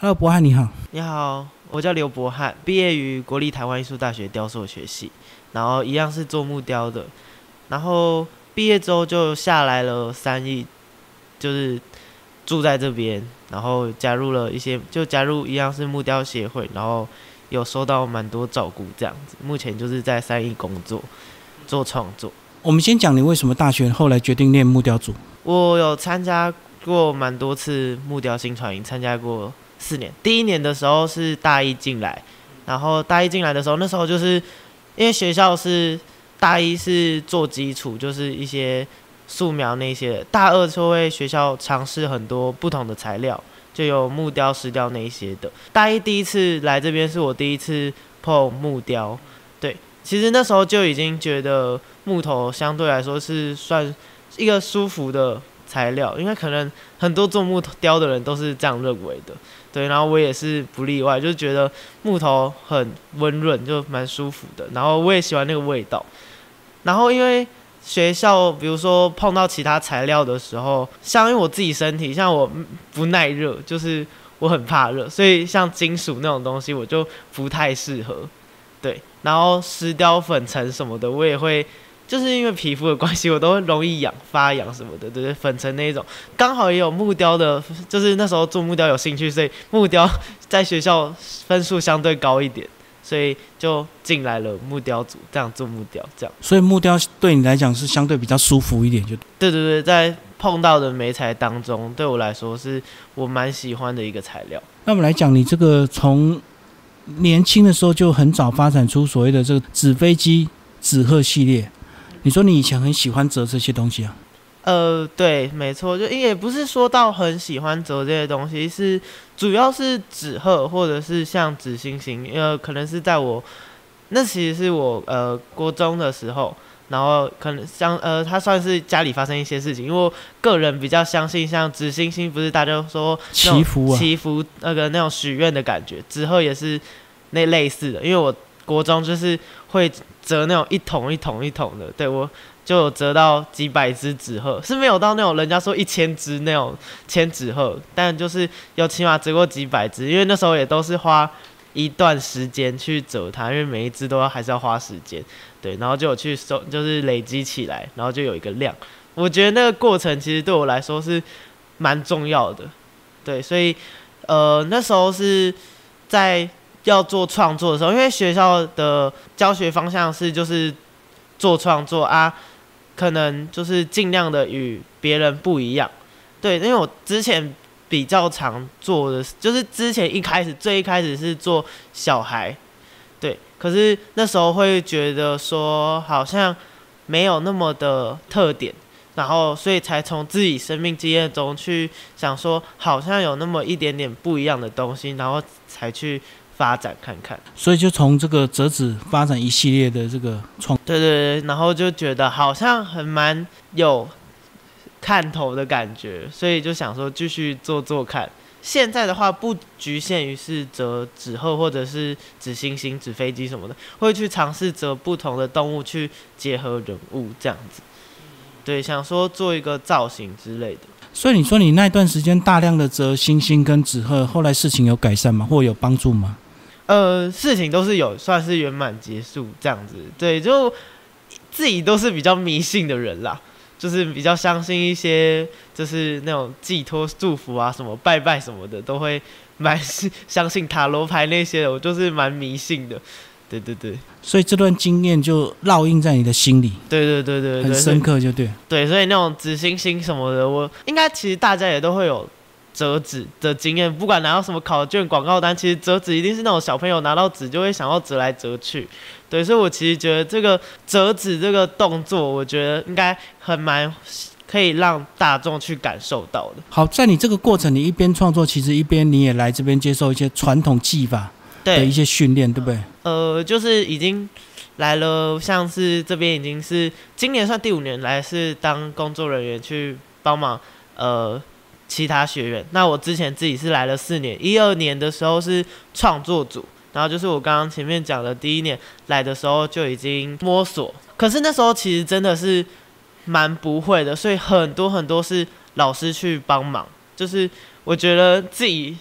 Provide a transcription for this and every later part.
Hello， 博翰你好。 你好，我叫刘博翰，毕业于国立台湾艺术大学雕塑学系，然后一样是做木雕的。然后毕业之后就下来了三义，就是住在这边，然后加入一样是木雕协会，然后有收到蛮多照顾这样子。目前就是在三义工作，做创作。 我们先讲你为什么大学后来决定念木雕组。 我有参加过蛮多次木雕新传营，参加过4年。第一年的时候是大一进来，然后大一进来的时候，那时候就是因为学校是大一是做基础，就是一些素描那些，大二就会学校尝试很多不同的材料，就有木雕、石雕那一些的。大一第一次来这边是我第一次碰木雕，对，其实那时候就已经觉得木头相对来说是算一个舒服的材料，因为可能很多做木雕的人都是这样认为的，对，然后我也是不例外，就觉得木头很温润，就蛮舒服的，然后我也喜欢那个味道。然后因为学校比如说碰到其他材料的时候，像因为我自己身体，像我不耐热，就是我很怕热，所以像金属那种东西我就不太适合，对，然后石雕粉尘什么的我也会，就是因为皮肤的关系，我都会容易发痒什么的，对，粉尘那一种。刚好也有木雕的，就是那时候做木雕有兴趣，所以木雕在学校分数相对高一点，所以就进来了木雕组，这样做木雕这样。 所以木雕对你来讲是相对比较舒服一点，就对对对，在碰到的媒材当中，对我来说是我蛮喜欢的一个材料。 那我们来讲，你这个从年轻的时候就很早发展出所谓的这个纸飞机、纸鹤系列。你说你以前很喜欢折这些东西啊？ 对，没错，就也不是说到很喜欢折这些东西，是主要是纸鹤或者是像纸星星，可能是在我那其实是我国中的时候，然后可能它算是家里发生一些事情，因为我个人比较相信像纸星星，不是大家都说祈福啊， 祈福那种许愿的感觉，纸鹤也是那类似的，因为我国中就是会折那种一桶一桶一桶的，对，我就有折到几百只纸鹤，是没有到那种人家说1000只那种千纸鹤，但就是有起码折过几百只，因为那时候也都是花一段时间去折它，因为每一只都还是要花时间，对，然后就有去就是累积起来，然后就有一个量。我觉得那个过程其实对我来说是蛮重要的，对，所以那时候是在要做创作的时候，因为学校的教学方向是就是做创作啊，可能就是尽量的与别人不一样。对，因为我之前比较常做的，就是之前最一开始是做小孩，对，可是那时候会觉得说好像没有那么的特点，然后所以才从自己生命经验中去想说，好像有那么一点点不一样的东西，然后才去发展看看， 所以就从这个折纸发展一系列的这个创， 对对对，然后就觉得好像蛮有看头的感觉，所以就想说继续做做看。现在的话不局限于是折纸鹤或者是纸星星、纸飞机什么的，会去尝试折不同的动物去结合人物这样子。对，想说做一个造型之类的。 所以你说你那段时间大量的折星星跟纸鹤，后来事情有改善吗？或有帮助吗？ 事情都是有算是圆满结束这样子。对，就自己都是比较迷信的人啦，就是比较相信一些就是那种寄托祝福啊什么拜拜什么的，都会蛮相信塔罗牌那些的，我就是蛮迷信的。对对对， 所以这段经验就烙印在你的心里， 对对对对对， 很深刻就对。 对，所以那种纸星星什么的，我应该其实大家也都会有折纸的经验，不管拿到什么考卷、广告单，其实折纸一定是那种小朋友拿到纸就会想要折来折去。对，所以我其实觉得这个折纸这个动作，我觉得应该蛮可以让大众去感受到的。 好，在你这个过程，你一边创作，其实一边你也来这边接受一些传统技法的一些训练，对不对？ 就是已经来了，像是这边已经是今年算第5年来是当工作人员去帮忙其他学员。那我之前自己是来了4年，12年的时候是创作组，然后就是我刚刚前面讲的第1年来的时候就已经摸索，可是那时候其实真的是蛮不会的，所以很多很多是老师去帮忙，就是我觉得自己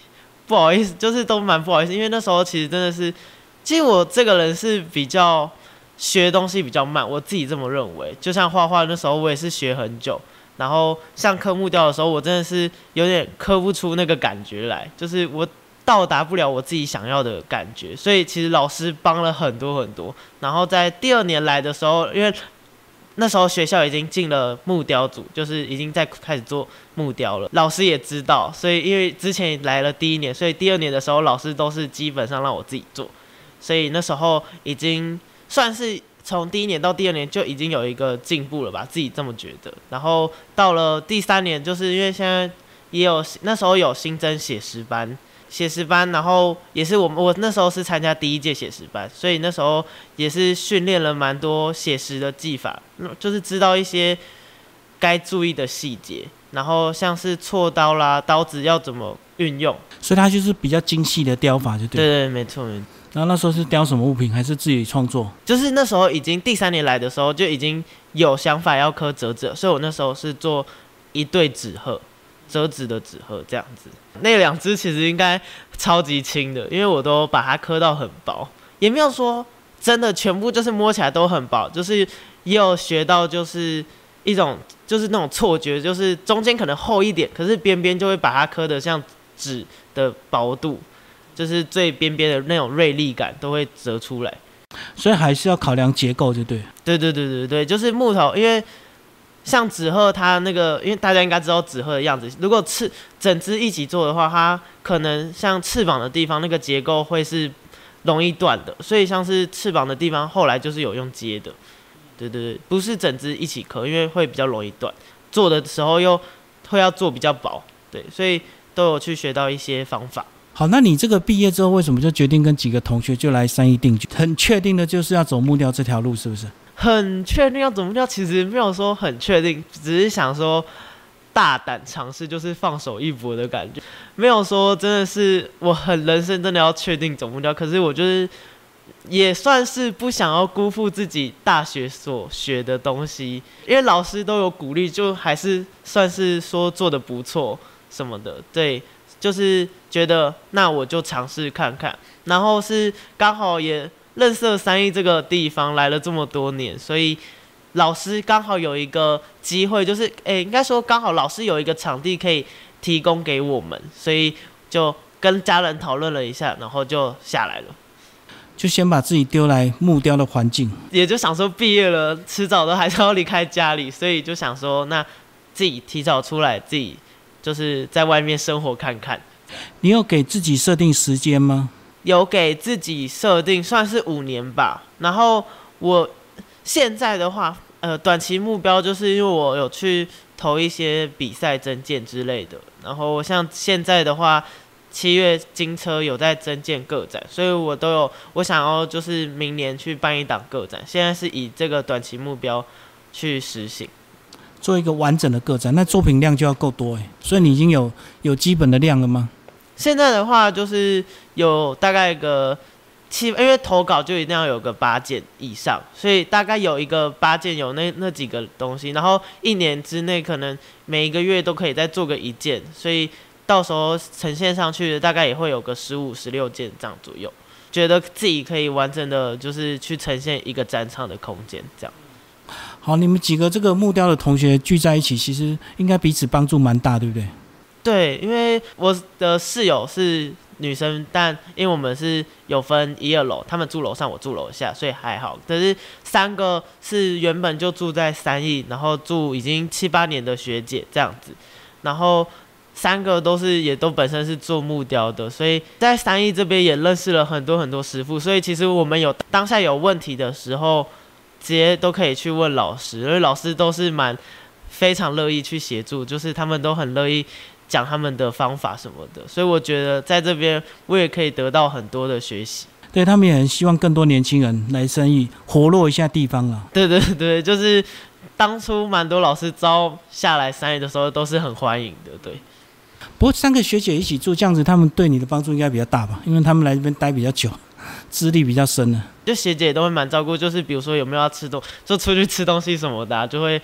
不好意思，就是都蛮不好意思，因为那时候其实真的是，其实我这个人是比较学东西比较慢，我自己这么认为。就像画画那时候，我也是学很久，然后像刻木雕的时候，我真的是有点刻不出那个感觉来，就是我到达不了我自己想要的感觉，所以其实老师帮了很多很多。然后在第2年来的时候，因为那时候学校已经进了木雕组，就是已经在开始做木雕了。老师也知道，所以因为之前来了第1年，所以第2年的时候，老师都是基本上让我自己做。所以那时候已经算是从第1年到第2年就已经有一个进步了吧，自己这么觉得。然后到了第3年，就是因为现在也有那时候有新增写实班，然后也是我那时候是参加第1届写实班，所以那时候也是训练了蛮多写实的技法，就是知道一些该注意的细节，然后像是锉刀啦、刀子要怎么运用， 所以它就是比较精细的雕法，就对。 对，没错。 然后那时候是雕什么物品，还是自己创作？ 就是那时候已经第3年来的时候就已经有想法要刻折纸，所以我那时候是做一对纸鹤。折纸的纸鹤这样子，那2只其实应该超级轻的，因为我都把它刻到很薄，也没有说真的全部就是摸起来都很薄，就是也有学到就是一种就是那种错觉，就是中间可能厚一点，可是边边就会把它刻得像纸的薄度，就是最边边的那种锐利感都会折出来， 所以还是要考量结构，就对。 对，就是木头，因为像纸鹤它那个，因为大家应该知道纸鹤的样子，如果整只一起做的话，它可能像翅膀的地方那个结构会是容易断的，所以像是翅膀的地方后来就是有用接的，对，不是整只一起刻，因为会比较容易断，做的时候又会要做比较薄，对，所以都有去学到一些方法。 好，那你这个毕业之后，为什么就决定跟几个同学就来3义定居？很确定的就是要走木雕这条路，是不是？ 很确定要怎么掉，其实没有说很确定，只是想说大胆尝试，就是放手一搏的感觉。没有说真的是我很人生真的要确定走木雕，可是我就是也算是不想要辜负自己大学所学的东西，因为老师都有鼓励，就还是算是说做得不错什么的，对，就是觉得那我就尝试看看，然后是刚好也认识了3义这个地方，来了这么多年，所以老师刚好有一个机会，就是应该说刚好老师有一个场地可以提供给我们，所以就跟家人讨论了一下，然后就下来了。 就先把自己丢来木雕的环境， 也就想说毕业了，迟早都还是要离开家里，所以就想说那自己提早出来，自己就是在外面生活看看。 你有给自己设定时间吗？ 有给自己设定算是5年吧，然后我现在的话，短期目标就是因为我有去投一些比赛征件之类的，然后像现在的话，7月金车有在征件个展，所以我想要就是明年去办一档个展，现在是以这个短期目标去实行， 做一个完整的个展，那作品量就要够多所以你已经有基本的量了吗？ 现在的话就是有大概个因为投稿就一定要有个8件以上，所以大概有一个8件有那几个东西，然后1年之内可能每一个月都可以再做个1件，所以到时候呈现上去的大概也会有个15、16件这样左右，觉得自己可以完整的就是去呈现一个展场的空间这样。 好，你们几个这个木雕的同学聚在一起，其实应该彼此帮助蛮大，对不对？ 对，因为我的室友是女生，但因为我们是有分1、2楼，他们住楼上，我住楼下，所以还好。可是3个是原本就住在3义，然后住已经7、8年的学姐这样子，然后3个也都本身是做木雕的，所以在3义这边也认识了很多师傅，所以其实我们当下有问题的时候，直接都可以去问老师，因为老师都是非常乐意去协助，就是他们都很乐意讲他们的方法什么的，所以我觉得在这边我也可以得到很多的学习。 对，他们也很希望更多年轻人来3义，活络一下地方啊。 对，就是当初蛮多老师招下来3义的时候都是很欢迎的，对。 不过3个学姐一起住这样子，他们对你的帮助应该比较大吧？因为他们来这边待比较久，资历比较深了。 就学姐也都会蛮照顾，就是比如说有没有要吃就出去吃东西什么的就会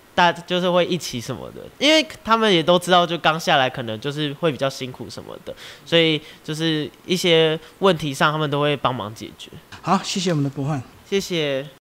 就是会一起什么的，因为他们也都知道，就刚下来可能就是会比较辛苦什么的，所以就是一些问题上他们都会帮忙解决。 好，谢谢我们的博焕。 谢谢。